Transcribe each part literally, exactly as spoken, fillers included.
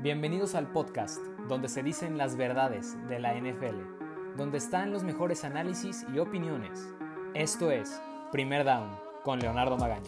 Bienvenidos al podcast, donde se dicen las verdades de la N F L, donde están los mejores análisis y opiniones. Esto es Primer Down con Leonardo Magaña.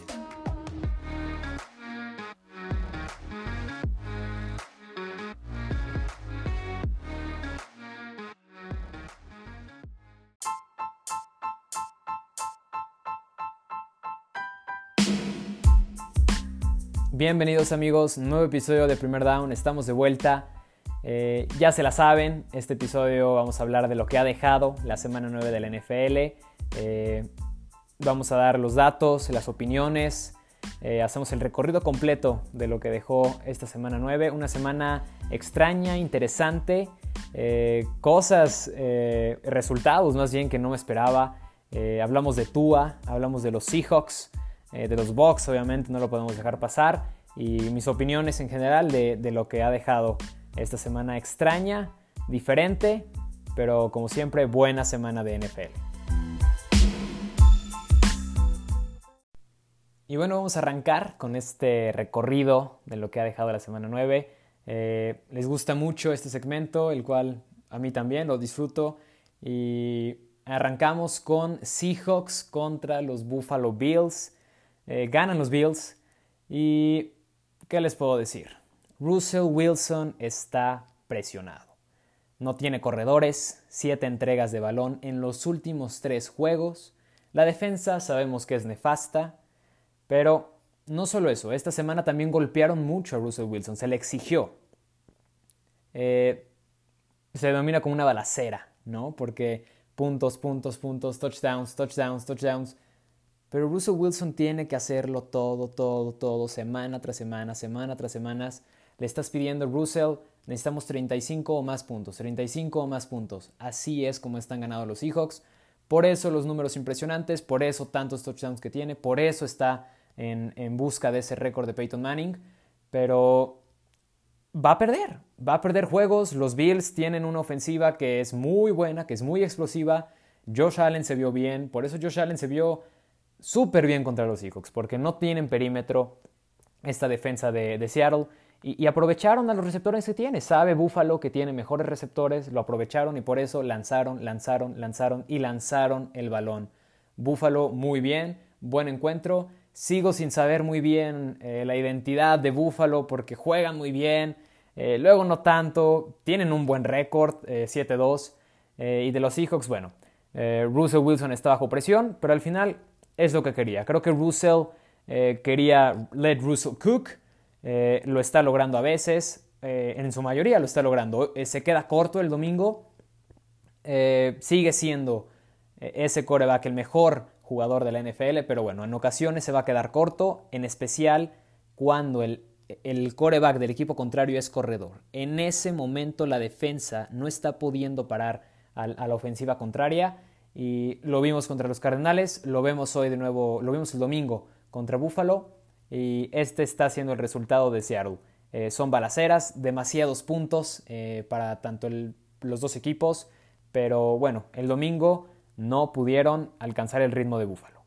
Bienvenidos amigos, nuevo episodio de Primer Down, estamos de vuelta. Eh, ya se la saben, este episodio vamos a hablar de lo que ha dejado la semana nueve de la N F L. Eh, vamos a dar los datos, las opiniones, eh, hacemos el recorrido completo de lo que dejó esta semana nueve. Una semana extraña, interesante, eh, cosas, eh, resultados más bien que no me esperaba. Eh, hablamos de Tua, hablamos de los Seahawks, eh, de los Bucs, obviamente no lo podemos dejar pasar, y mis opiniones en general de, de lo que ha dejado esta semana extraña, diferente, pero como siempre, buena semana de N F L. Y bueno, vamos a arrancar con este recorrido de lo que ha dejado la semana nueve. Eh, les gusta mucho este segmento, el cual a mí también lo disfruto. Y arrancamos con Seahawks contra los Buffalo Bills. Eh, ganan los Bills. Y ¿qué les puedo decir? Russell Wilson está presionado. No tiene corredores, siete entregas de balón en los últimos tres juegos. La defensa sabemos que es nefasta, pero no solo eso, esta semana también golpearon mucho a Russell Wilson, se le exigió. Eh, se denomina como una balacera, ¿no? Porque puntos, puntos, puntos, touchdowns, touchdowns, touchdowns. Pero Russell Wilson tiene que hacerlo todo, todo, todo, semana tras semana, semana tras semana. Le estás pidiendo, Russell, necesitamos treinta y cinco o más puntos, treinta y cinco o más puntos. Así es como están ganando los Seahawks. Por eso los números impresionantes, por eso tantos touchdowns que tiene, por eso está en, en busca de ese récord de Peyton Manning. Pero va a perder, va a perder juegos. Los Bills tienen una ofensiva que es muy buena, que es muy explosiva. Josh Allen se vio bien, por eso Josh Allen se vio súper bien contra los Seahawks, porque no tienen perímetro esta defensa de, de Seattle, y, y aprovecharon a los receptores que tiene. Sabe Buffalo que tiene mejores receptores, lo aprovecharon y por eso lanzaron, lanzaron, lanzaron y lanzaron el balón. Buffalo muy bien, buen encuentro. Sigo sin saber muy bien eh, la identidad de Buffalo porque juegan muy bien, eh, luego no tanto, tienen un buen récord, eh, siete dos, eh, y de los Seahawks, bueno, eh, Russell Wilson está bajo presión, pero al final es lo que quería. Creo que Russell eh, quería let Russell cook. Eh, lo está logrando a veces. Eh, en su mayoría lo está logrando. Eh, se queda corto el domingo. Eh, sigue siendo eh, ese quarterback el mejor jugador de la N F L. Pero bueno, en ocasiones se va a quedar corto. En especial cuando el, el quarterback del equipo contrario es corredor. En ese momento la defensa no está pudiendo parar a, a la ofensiva contraria. Y lo vimos contra los Cardenales, lo vemos hoy de nuevo, lo vimos el domingo contra Buffalo, y este está siendo el resultado de Seattle. Eh, son balaceras, demasiados puntos eh, para tanto el, los dos equipos, pero bueno, el domingo no pudieron alcanzar el ritmo de Buffalo.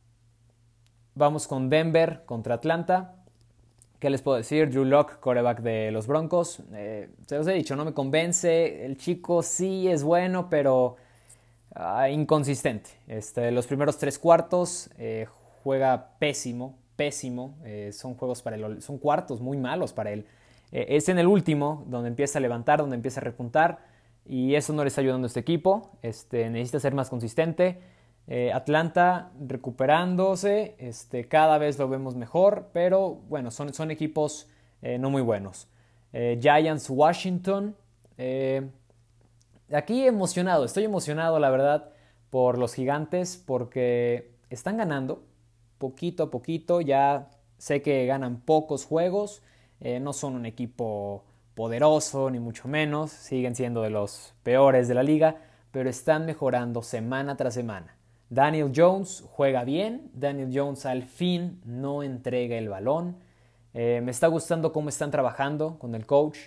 Vamos con Denver contra Atlanta. ¿Qué les puedo decir? Drew Lock, quarterback de los Broncos. Eh, se los he dicho, no me convence. El chico sí es bueno, pero Uh, inconsistente. Este, los primeros tres cuartos eh, juega pésimo, pésimo. Eh, son juegos para él, son cuartos muy malos para él. Eh, es en el último donde empieza a levantar, donde empieza a repuntar, y eso no le está ayudando a este equipo. Este, necesita ser más consistente. Eh, Atlanta recuperándose, este, cada vez lo vemos mejor, pero bueno, son, son equipos eh, no muy buenos. Eh, Giants, Washington. Eh, Aquí emocionado, estoy emocionado la verdad por los Gigantes porque están ganando poquito a poquito. Ya sé que ganan pocos juegos, eh, no son un equipo poderoso ni mucho menos, siguen siendo de los peores de la liga, pero están mejorando semana tras semana. Daniel Jones juega bien, Daniel Jones al fin no entrega el balón. Eh, me está gustando cómo están trabajando con el coach.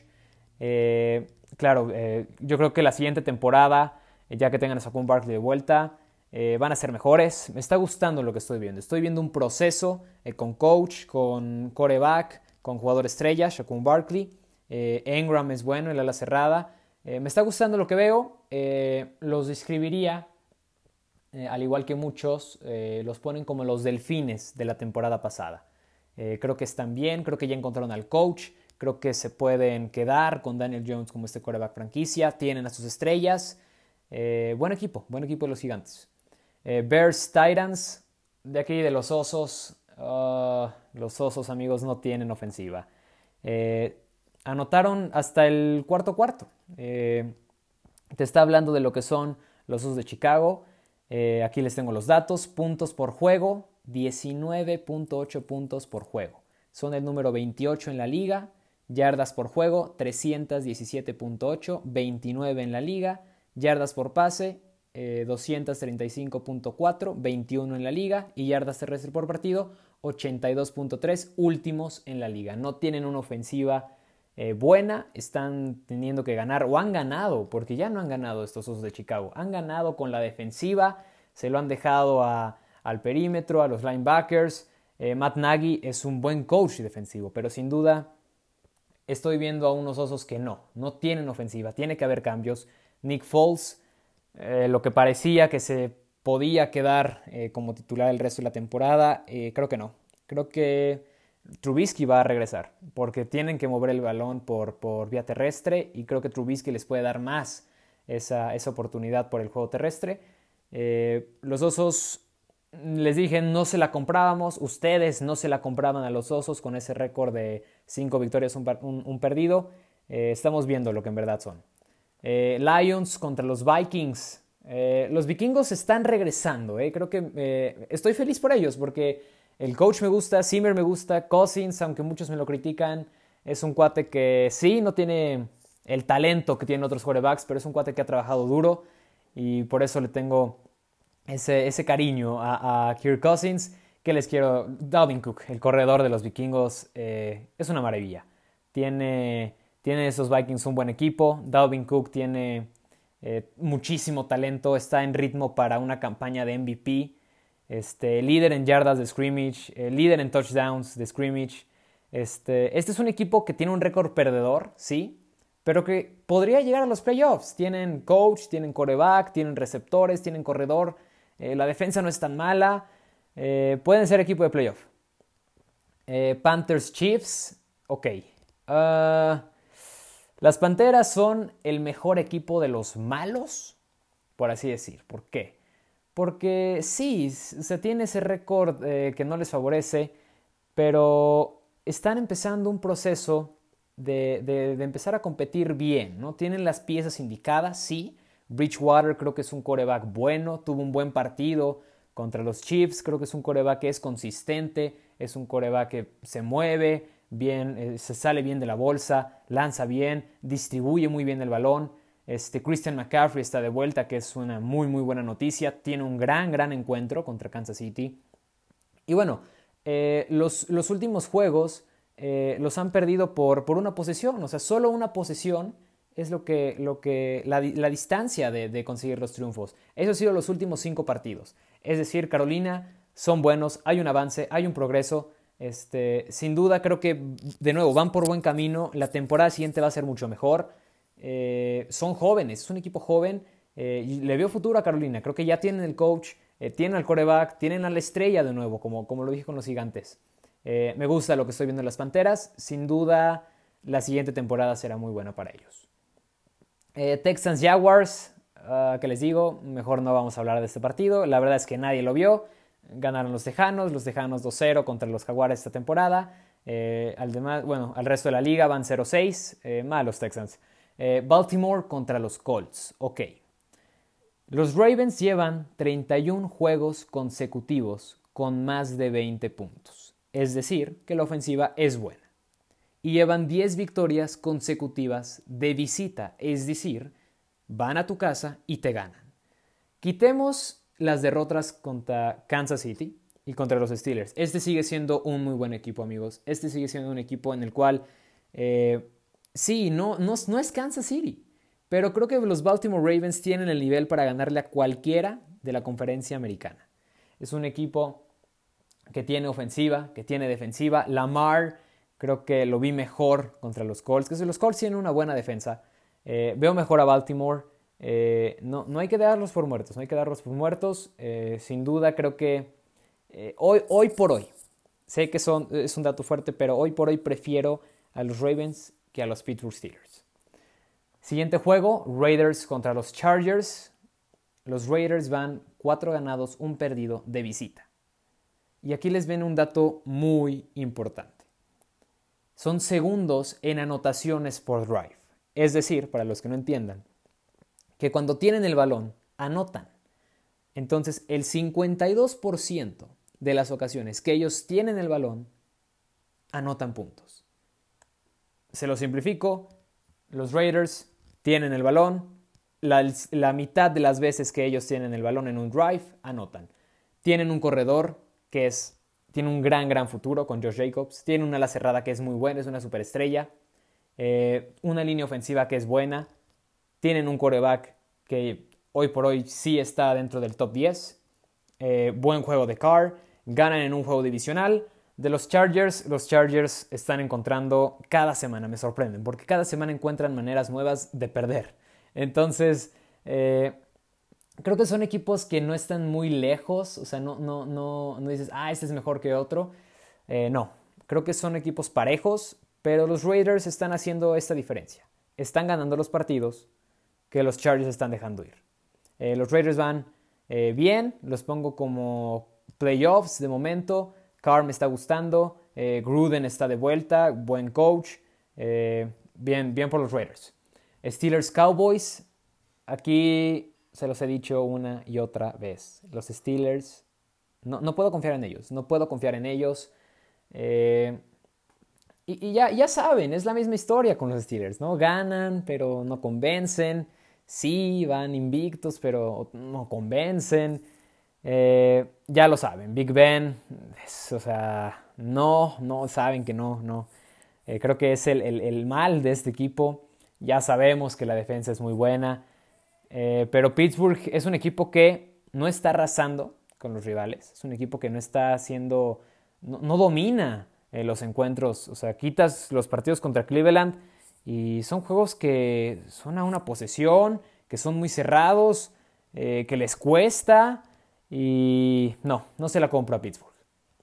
Eh, claro, eh, yo creo que la siguiente temporada, eh, ya que tengan a Saquon Barkley de vuelta, eh, van a ser mejores. Me está gustando lo que estoy viendo. Estoy viendo un proceso eh, con coach, con quarterback, con jugador estrella, Saquon Barkley. Eh, Engram es bueno, el ala cerrada. Eh, me está gustando lo que veo. Eh, los describiría, eh, al igual que muchos, eh, los ponen como los delfines de la temporada pasada. Eh, creo que están bien, creo que ya encontraron al coach. Creo que se pueden quedar con Daniel Jones como este quarterback franquicia. Tienen a sus estrellas. Eh, buen equipo, buen equipo de los Gigantes. Eh, Bears, Titans, de aquí de los Osos. Uh, los Osos, amigos, no tienen ofensiva. Eh, anotaron hasta el cuarto cuarto. Eh, te está hablando de lo que son los Osos de Chicago. Eh, aquí les tengo los datos. Puntos por juego, diecinueve punto ocho puntos por juego. Son el número veintiocho en la liga. Yardas por juego, trescientos diecisiete punto ocho, veintinueve en la liga. Yardas por pase, eh, doscientos treinta y cinco punto cuatro, veintiuno en la liga. Y yardas terrestres por partido, ochenta y dos punto tres, últimos en la liga. No tienen una ofensiva eh, buena, están teniendo que ganar, o han ganado, porque ya no han ganado estos Osos de Chicago. Han ganado con la defensiva, se lo han dejado a, al perímetro, a los linebackers. Eh, Matt Nagy es un buen coach defensivo, pero sin duda estoy viendo a unos Osos que no, no tienen ofensiva, tiene que haber cambios. Nick Foles, eh, lo que parecía que se podía quedar eh, como titular el resto de la temporada, eh, creo que no. Creo que Trubisky va a regresar, porque tienen que mover el balón por, por vía terrestre, y creo que Trubisky les puede dar más esa, esa oportunidad por el juego terrestre. Eh, los Osos, les dije, no se la comprábamos, ustedes no se la compraban a los Osos con ese récord de cinco victorias, un, un, un perdido. Eh, estamos viendo lo que en verdad son. Eh, Lions contra los Vikings. Eh, los vikingos están regresando. Eh. Creo que eh, estoy feliz por ellos porque el coach me gusta, Zimmer me gusta, Cousins, aunque muchos me lo critican, es un cuate que sí, no tiene el talento que tienen otros quarterbacks, pero es un cuate que ha trabajado duro y por eso le tengo ese, ese cariño a, a Kirk Cousins. ¿Qué les quiero? Dalvin Cook, el corredor de los vikingos, eh, es una maravilla. Tiene... Tienen esos Vikings un buen equipo. Dalvin Cook tiene eh, muchísimo talento. Está en ritmo para una campaña de M V P. Este, líder en yardas de scrimmage. Eh, líder en touchdowns de scrimmage. Este, este es un equipo que tiene un récord perdedor, sí. Pero que podría llegar a los playoffs. Tienen coach, tienen quarterback, tienen receptores, tienen corredor. Eh, la defensa no es tan mala. Eh, pueden ser equipo de playoff. Eh, Panthers Chiefs. Ok. Uh, Las Panteras son el mejor equipo de los malos, por así decir. ¿Por qué? Porque sí, se tiene ese récord eh, que no les favorece, pero están empezando un proceso de, de, de empezar a competir bien, ¿no? Tienen las piezas indicadas, sí. Bridgewater creo que es un quarterback bueno, tuvo un buen partido contra los Chiefs, creo que es un quarterback que es consistente, es un quarterback que se mueve bien, eh, se sale bien de la bolsa, lanza bien, distribuye muy bien el balón. Este, Christian McCaffrey está de vuelta, que es una muy muy buena noticia. Tiene un gran gran encuentro contra Kansas City. Y bueno, eh, los, los últimos juegos eh, los han perdido por, por una posesión. O sea, solo una posesión es lo que, lo que, la, la distancia de, de conseguir los triunfos. Eso han sido los últimos cinco partidos. Es decir, Carolina son buenos, hay un avance, hay un progreso. Este, sin duda creo que, de nuevo, van por buen camino. La temporada siguiente va a ser mucho mejor. Eh, son jóvenes, es un equipo joven. Eh, y le veo futuro a Carolina. Creo que ya tienen el coach, eh, tienen al quarterback, tienen a la estrella de nuevo, como, como lo dije con los Gigantes. Eh, me gusta lo que estoy viendo en las Panteras. Sin duda, la siguiente temporada será muy buena para ellos. Eh, Texans Jaguars, uh, ¿qué les digo? Mejor no vamos a hablar de este partido. La verdad es que nadie lo vio. Ganaron los Tejanos, los Tejanos dos cero contra los Jaguares esta temporada. Eh, al, demás, bueno, al resto de la liga van cero seis, eh, más los Texans. Eh, Baltimore contra los Colts. Ok. Los Ravens llevan treinta y uno juegos consecutivos con más de veinte puntos. Es decir, que la ofensiva es buena. Y llevan diez victorias consecutivas de visita. Es decir, van a tu casa y te ganan. Quitemos las derrotas contra Kansas City y contra los Steelers. Este sigue siendo un muy buen equipo, amigos. Este sigue siendo un equipo en el cual, eh, sí, no, no, no es Kansas City, pero creo que los Baltimore Ravens tienen el nivel para ganarle a cualquiera de la conferencia americana. Es un equipo que tiene ofensiva, que tiene defensiva. Lamar Creo que lo vi mejor contra los Colts, que si los Colts tienen una buena defensa. Eh, veo mejor a Baltimore. Eh, no, no hay que darlos por muertos, no hay que darlos por muertos. Eh, sin duda creo que eh, hoy, hoy por hoy, sé que son, es un dato fuerte, pero hoy por hoy prefiero a los Ravens que a los Pittsburgh Steelers. Siguiente juego, Raiders contra los Chargers. Los Raiders van cuatro ganados, un perdido de visita. Y aquí les ven un dato muy importante. Son segundos en anotaciones por drive. Es decir, para los que no entiendan, que cuando tienen el balón, anotan. Entonces, el cincuenta y dos por ciento de las ocasiones que ellos tienen el balón, anotan puntos. Se lo simplifico, los Raiders tienen el balón, la, la mitad de las veces que ellos tienen el balón en un drive, anotan. Tienen un corredor que es, tiene un gran, gran futuro con Josh Jacobs, tiene una ala cerrada que es muy buena, es una superestrella, eh, una línea ofensiva que es buena, tienen un quarterback que hoy por hoy sí está dentro del top diez, eh, buen juego de Carr, ganan en un juego divisional. De los Chargers, los Chargers están encontrando cada semana, me sorprenden, porque cada semana encuentran maneras nuevas de perder. Entonces, eh, creo que son equipos que no están muy lejos, o sea, no, no, no, no dices, ah, este es mejor que otro. Eh, no, creo que son equipos parejos, pero los Raiders están haciendo esta diferencia. Están ganando los partidos que los Chargers están dejando ir. Eh, los Raiders van eh, bien, los pongo como playoffs de momento. Carr me está gustando, eh, Gruden está de vuelta, buen coach, eh, bien, bien por los Raiders. Steelers Cowboys, aquí se los he dicho una y otra vez. Los Steelers, no, no puedo confiar en ellos, no puedo confiar en ellos. Eh, y y ya, ya saben, es la misma historia con los Steelers, ¿no? Ganan, pero no convencen. Sí, van invictos, pero no convencen. Eh, ya lo saben, Big Ben, es, o sea, no, no, saben que no, no. Eh, creo que es el, el, el mal de este equipo. Ya sabemos que la defensa es muy buena, eh, pero Pittsburgh es un equipo que no está arrasando con los rivales. Es un equipo que no está haciendo, no, no domina eh, los encuentros. O sea, quitas los partidos contra Cleveland y son juegos que son a una posesión, que son muy cerrados, eh, que les cuesta. Y no, no se la compro a Pittsburgh.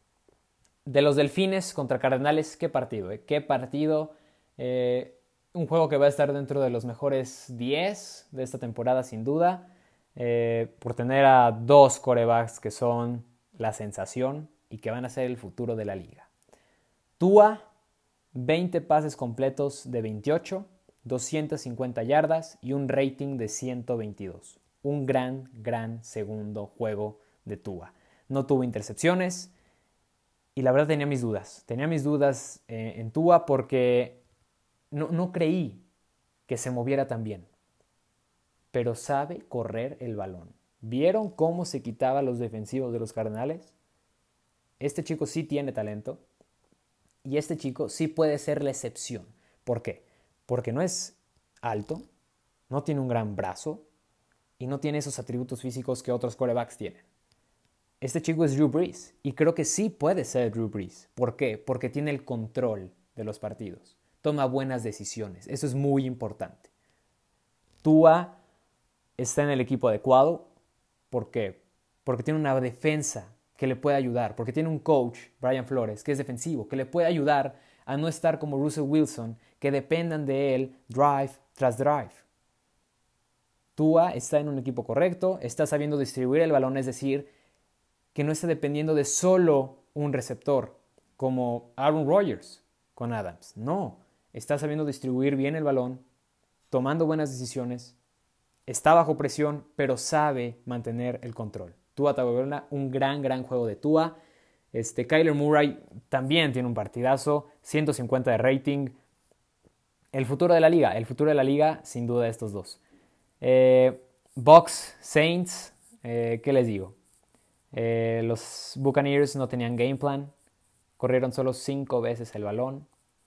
De los Delfines contra Cardenales, qué partido, ¿eh? Qué partido. Eh, un juego que va a estar dentro de los mejores diez de esta temporada, sin duda. Eh, por tener a dos quarterbacks que son la sensación y que van a ser el futuro de la liga. Tua, veinte pases completos de veintiocho, doscientas cincuenta yardas y un rating de ciento veintidós. Un gran, gran segundo juego de Tua. No tuvo intercepciones y la verdad tenía mis dudas. Tenía mis dudas eh, en Tua porque no, no creí que se moviera tan bien. Pero sabe correr el balón. ¿Vieron cómo se quitaba a los defensivos de los Cardenales? Este chico sí tiene talento y este chico sí puede ser la excepción. ¿Por qué? Porque no es alto, no tiene un gran brazo, y no tiene esos atributos físicos que otros quarterbacks tienen. Este chico es Drew Brees y creo que sí puede ser Drew Brees. ¿Por qué? Porque tiene el control de los partidos. Toma buenas decisiones. Eso es muy importante. Tua está en el equipo adecuado. ¿Por qué? Porque tiene una defensa que le puede ayudar. Porque tiene un coach, Brian Flores, que es defensivo, que le puede ayudar a no estar como Russell Wilson, que dependan de él drive tras drive. Tua está en un equipo correcto, está sabiendo distribuir el balón, es decir, que no está dependiendo de solo un receptor, como Aaron Rodgers con Adams. No, está sabiendo distribuir bien el balón, tomando buenas decisiones, está bajo presión, pero sabe mantener el control. Tua Tagovailoa, un gran, gran juego de Tua. Este, Kyler Murray también tiene un partidazo, ciento cincuenta de rating. El futuro de la liga, el futuro de la liga, sin duda estos dos. Eh, Bucks, Saints, eh, ¿qué les digo? Eh, los Buccaneers no tenían game plan, corrieron solo cinco veces el balón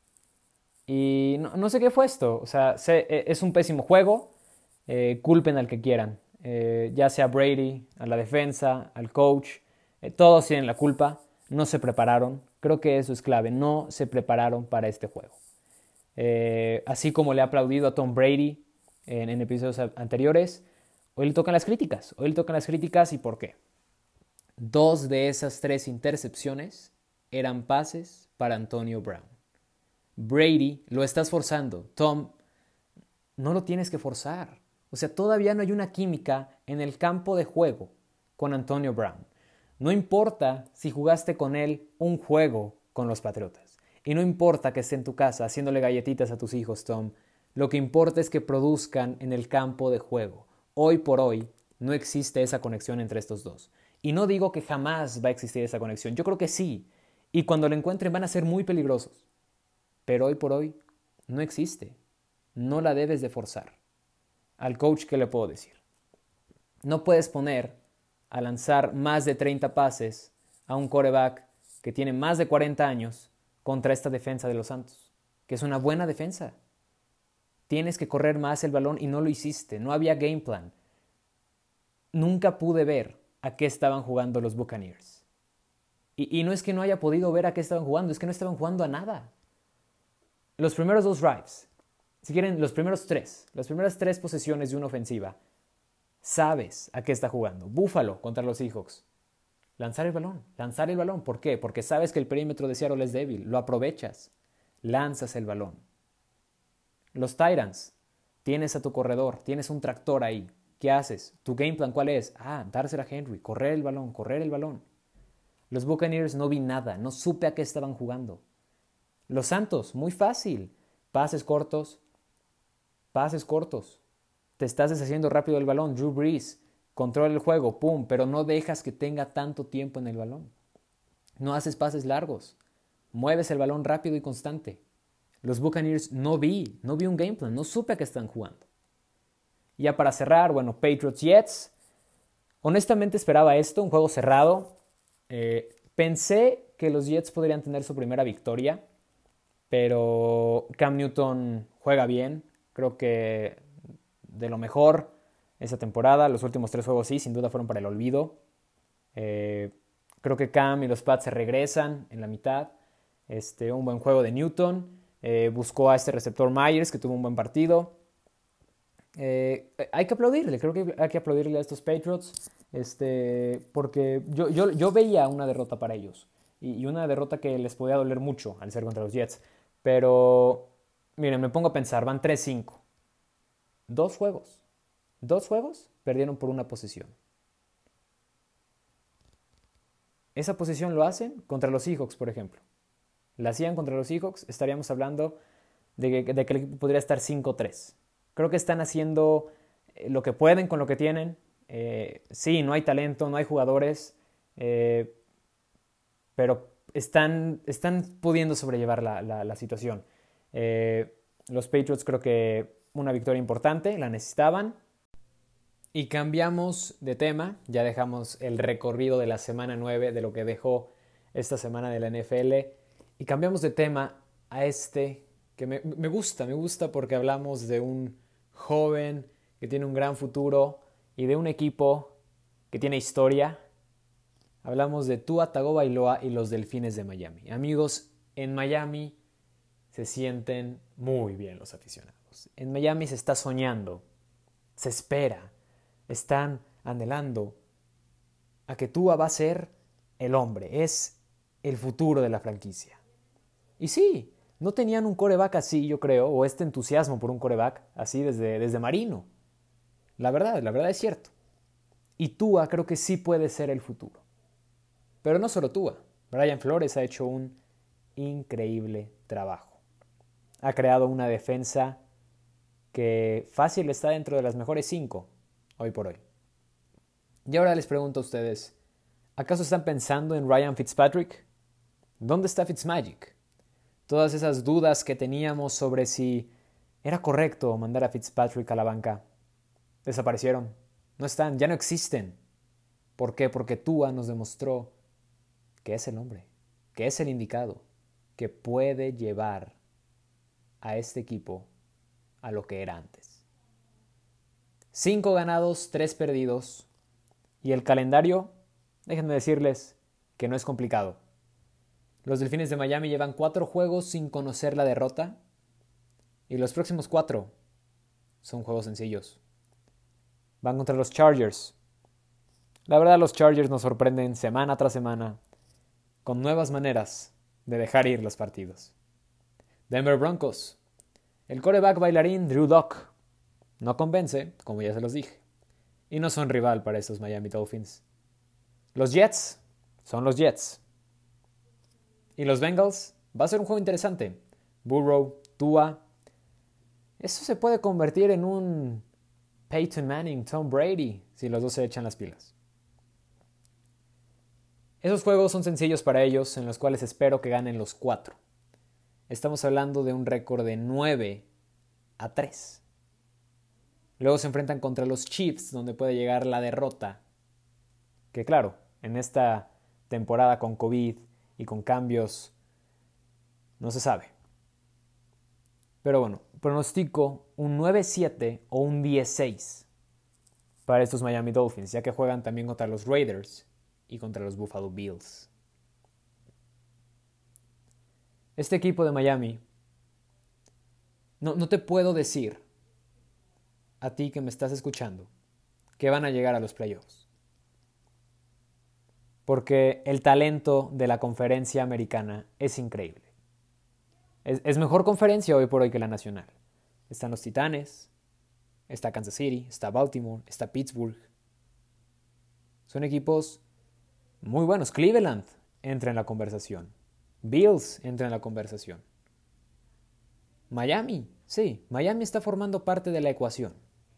y no, no sé qué fue esto. O sea, se, eh, es un pésimo juego, eh, culpen al que quieran, eh, ya sea Brady, a la defensa, al coach, eh, todos tienen la culpa, no se prepararon, Creo que eso es clave. No se prepararon para este juego. Eh, así como le ha aplaudido a Tom Brady en, en episodios anteriores, hoy le tocan las críticas. Hoy le tocan las críticas, ¿y por qué? Dos de esas tres intercepciones eran pases para Antonio Brown. Brady, lo estás forzando. Tom, no lo tienes que forzar. O sea, todavía no hay una química en el campo de juego con Antonio Brown. No importa si jugaste con él un juego con los Patriotas. Y no importa que esté en tu casa haciéndole galletitas a tus hijos, Tom. Lo que importa es que produzcan en el campo de juego. Hoy por hoy no existe esa conexión entre estos dos. Y no digo que jamás va a existir esa conexión. Yo creo que sí. Y cuando lo encuentren van a ser muy peligrosos. Pero hoy por hoy no existe. No la debes de forzar. Al coach, ¿qué le puedo decir? No puedes poner a lanzar más de treinta pases a un quarterback que tiene más de cuarenta años contra esta defensa de los Santos, que es una buena defensa. Tienes que correr más el balón y no lo hiciste. No había game plan. Nunca pude ver a qué estaban jugando los Buccaneers. Y, y no es que no haya podido ver a qué estaban jugando, es que no estaban jugando a nada. Los primeros dos drives, si quieren, los primeros tres, las primeras tres posesiones de una ofensiva, sabes a qué está jugando. Buffalo contra los Seahawks. Lanzar el balón, lanzar el balón. ¿Por qué? Porque sabes que el perímetro de Seattle es débil. Lo aprovechas. Lanzas el balón. Los Titans. Tienes a tu corredor, tienes un tractor ahí. ¿Qué haces? ¿Tu game plan cuál es? Ah, dársela a Henry, correr el balón, correr el balón. Los Buccaneers no vi nada, no supe a qué estaban jugando. Los Santos, muy fácil. Pases cortos, pases cortos. Te estás deshaciendo rápido el balón. Drew Brees, controla el juego, pum, pero no dejas que tenga tanto tiempo en el balón. No haces pases largos. Mueves el balón rápido y constante. Los Buccaneers no vi, no vi un game plan, no supe a qué están jugando. Ya para cerrar, bueno, Patriots Jets. Honestamente esperaba esto, un juego cerrado. Eh, pensé que los Jets podrían tener su primera victoria, pero Cam Newton juega bien. Creo que de lo mejor esa temporada. Los últimos tres juegos sí, sin duda fueron para el olvido. Eh, creo que Cam y los Pats se regresan en la mitad. Este, un buen juego de Newton. Eh, buscó a este receptor Myers, que tuvo un buen partido. Eh, hay que aplaudirle, creo que hay que aplaudirle a estos Patriots, este, porque yo, yo, yo veía una derrota para ellos. Y, y una derrota que les podía doler mucho al ser contra los Jets. Pero, miren, me pongo a pensar, van tres cinco. Dos juegos. Dos juegos perdieron por una posesión. Esa posesión lo hacen contra los Seahawks, por ejemplo. La hacían contra los Seahawks, estaríamos hablando de que, de que el equipo podría estar cinco tres. Creo que están haciendo lo que pueden con lo que tienen. Eh, sí, no hay talento, no hay jugadores, eh, pero están, están pudiendo sobrellevar la, la, la situación. Eh, los Patriots creo que una victoria importante, la necesitaban. Y cambiamos de tema, ya dejamos el recorrido de la semana nueve de lo que dejó esta semana de la N F L y cambiamos de tema a este que me, me gusta, me gusta porque hablamos de un joven que tiene un gran futuro y de un equipo que tiene historia. Hablamos de Tua Tagovailoa y los Delfines de Miami. Amigos, en Miami se sienten muy bien los aficionados. En Miami se está soñando, se espera. Están anhelando a que Tua va a ser el hombre, es el futuro de la franquicia. Y sí, no tenían un quarterback así, yo creo, o este entusiasmo por un quarterback así desde, desde Marino. La verdad, la verdad es cierto. Y Tua creo que sí puede ser el futuro. Pero no solo Tua. Brian Flores ha hecho un increíble trabajo. Ha creado una defensa que fácil está dentro de las mejores cinco. Hoy por hoy. Y ahora les pregunto a ustedes, ¿acaso están pensando en Ryan Fitzpatrick? ¿Dónde está Fitzmagic? Todas esas dudas que teníamos sobre si era correcto mandar a Fitzpatrick a la banca, desaparecieron. No están, ya no existen. ¿Por qué? Porque Tua nos demostró que es el hombre, que es el indicado, que puede llevar a este equipo a lo que era antes. Cinco ganados, tres perdidos. Y el calendario, déjenme decirles que no es complicado. Los Delfines de Miami llevan cuatro juegos sin conocer la derrota y los próximos cuatro son juegos sencillos. Van contra los Chargers. La verdad, los Chargers nos sorprenden semana tras semana con nuevas maneras de dejar ir los partidos. Denver Broncos. El quarterback bailarín Drew Lock no convence, como ya se los dije, y no son rival para estos Miami Dolphins. Los Jets son los Jets. Y los Bengals, va a ser un juego interesante. Burrow, Tua. Eso se puede convertir en un Peyton Manning, Tom Brady, si los dos se echan las pilas. Esos juegos son sencillos para ellos, en los cuales espero que ganen los cuatro. Estamos hablando de un récord de nueve a tres. Luego se enfrentan contra los Chiefs, donde puede llegar la derrota. Que claro, en esta temporada con COVID y con cambios, no se sabe. Pero bueno, pronostico un nueve siete o un diez seis para estos Miami Dolphins, ya que juegan también contra los Raiders y contra los Buffalo Bills. Este equipo de Miami, no, no te puedo decir a ti que me estás escuchando que van a llegar a los playoffs. Porque el talento de la conferencia americana es increíble. Es, es mejor conferencia hoy por hoy que la nacional. Están los Titanes, está Kansas City, está Baltimore, está Pittsburgh. Son equipos muy buenos. Cleveland entra en la conversación. Bills entra en la conversación. Miami, sí, Miami está formando parte de la ecuación.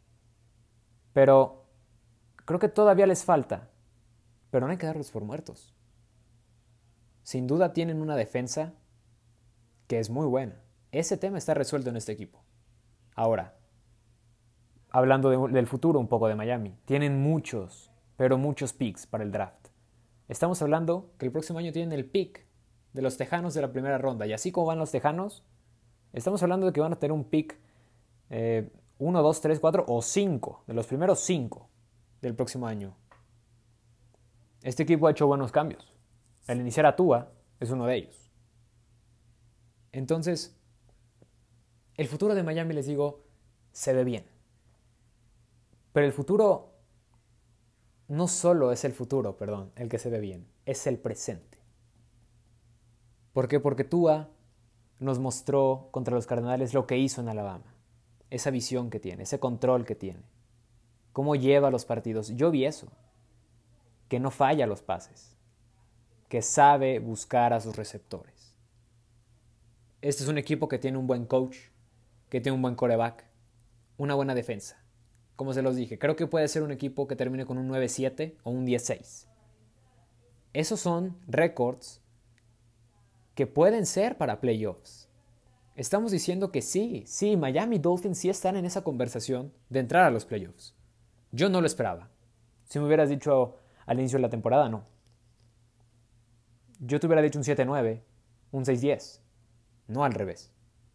Pero creo que todavía les falta. Pero no hay que darlos por muertos. Sin duda tienen una defensa que es muy buena. Ese tema está resuelto en este equipo. Ahora, hablando de, del futuro un poco de Miami, tienen muchos, pero muchos picks para el draft. Estamos hablando que el próximo año tienen el pick de los Tejanos de la primera ronda. Y así como van los Tejanos, estamos hablando de que van a tener un pick eh, uno, dos, tres, cuatro o cinco, de los primeros cinco del próximo año. Este equipo ha hecho buenos cambios. El iniciar a Tua es uno de ellos. Entonces, el futuro de Miami, les digo, se ve bien. Pero el futuro no solo es el futuro, perdón, el que se ve bien, es el presente. ¿Por qué? Porque Tua nos mostró contra los Cardenales lo que hizo en Alabama. Esa visión que tiene, ese control que tiene. Cómo lleva los partidos. Yo vi eso. Que no falla los pases. Que sabe buscar a sus receptores. Este es un equipo que tiene un buen coach, que tiene un buen quarterback, una buena defensa. Como se los dije, creo que puede ser un equipo que termine con un nueve siete o un diez seis. Esos son récords que pueden ser para playoffs. Estamos diciendo que sí, sí, Miami Dolphins sí están en esa conversación de entrar a los playoffs. Yo no lo esperaba. Si me hubieras dicho al inicio de la temporada, no. Yo te hubiera dicho un siete nueve, un seis diez, no al revés.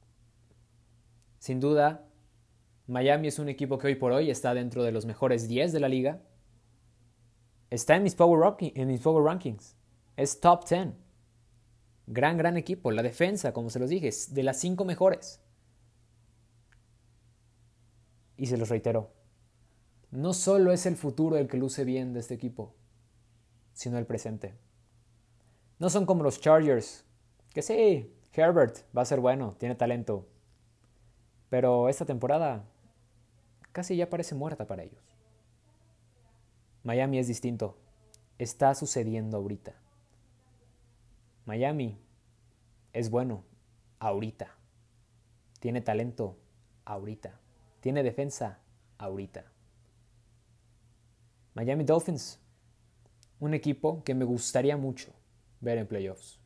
Sin duda, Miami es un equipo que hoy por hoy está dentro de los mejores diez de la liga. Está en mis Power, ranking, en mis power Rankings. Es top diez. Gran, gran equipo. La defensa, como se los dije, es de las cinco mejores. Y se los reitero. No solo es el futuro el que luce bien de este equipo, sino el presente. No son como los Chargers, que sí, Herbert va a ser bueno, tiene talento. Pero esta temporada casi ya parece muerta para ellos. Miami es distinto. Está sucediendo ahorita. Miami es bueno ahorita. Tiene talento ahorita. Tiene defensa ahorita. Miami Dolphins, un equipo que me gustaría mucho ver en playoffs.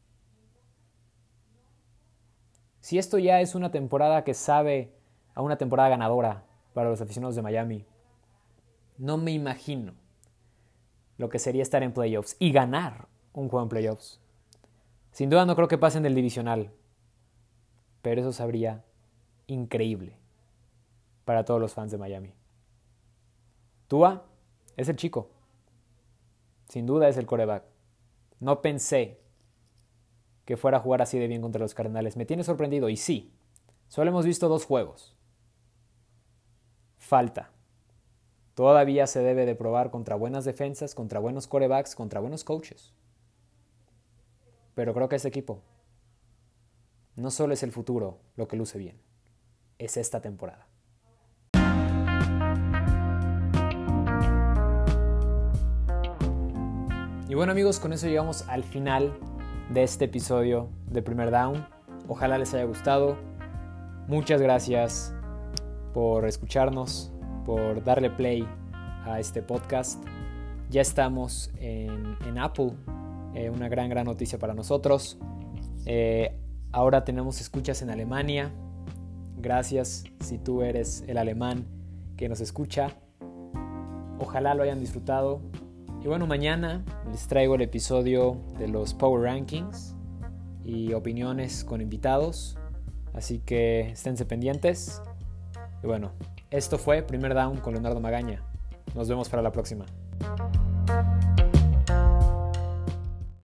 Si esto ya es una temporada que sabe a una temporada ganadora para los aficionados de Miami, no me imagino lo que sería estar en playoffs y ganar un juego en playoffs. Sin duda no creo que pasen del divisional, pero eso sabría increíble para todos los fans de Miami. Tua es el chico. Sin duda es el quarterback. No pensé que fuera a jugar así de bien contra los Cardenales. Me tiene sorprendido y sí, solo hemos visto dos juegos. Falta. Todavía se debe de probar contra buenas defensas, contra buenos quarterbacks, contra buenos coaches. Pero creo que este equipo no solo es el futuro lo que luce bien, es esta temporada. Y bueno amigos, con eso llegamos al final de este episodio de Primer Down. Ojalá les haya gustado. Muchas gracias por escucharnos, por darle play a este podcast. Ya estamos en, en Apple, eh, una gran, gran noticia para nosotros. Eh, ahora tenemos escuchas en Alemania. Gracias si tú eres el alemán que nos escucha. Ojalá lo hayan disfrutado. Y bueno, mañana les traigo el episodio de los Power Rankings y opiniones con invitados. Así que esténse pendientes. Y bueno, esto fue Primer Down con Leonardo Magaña. Nos vemos para la próxima.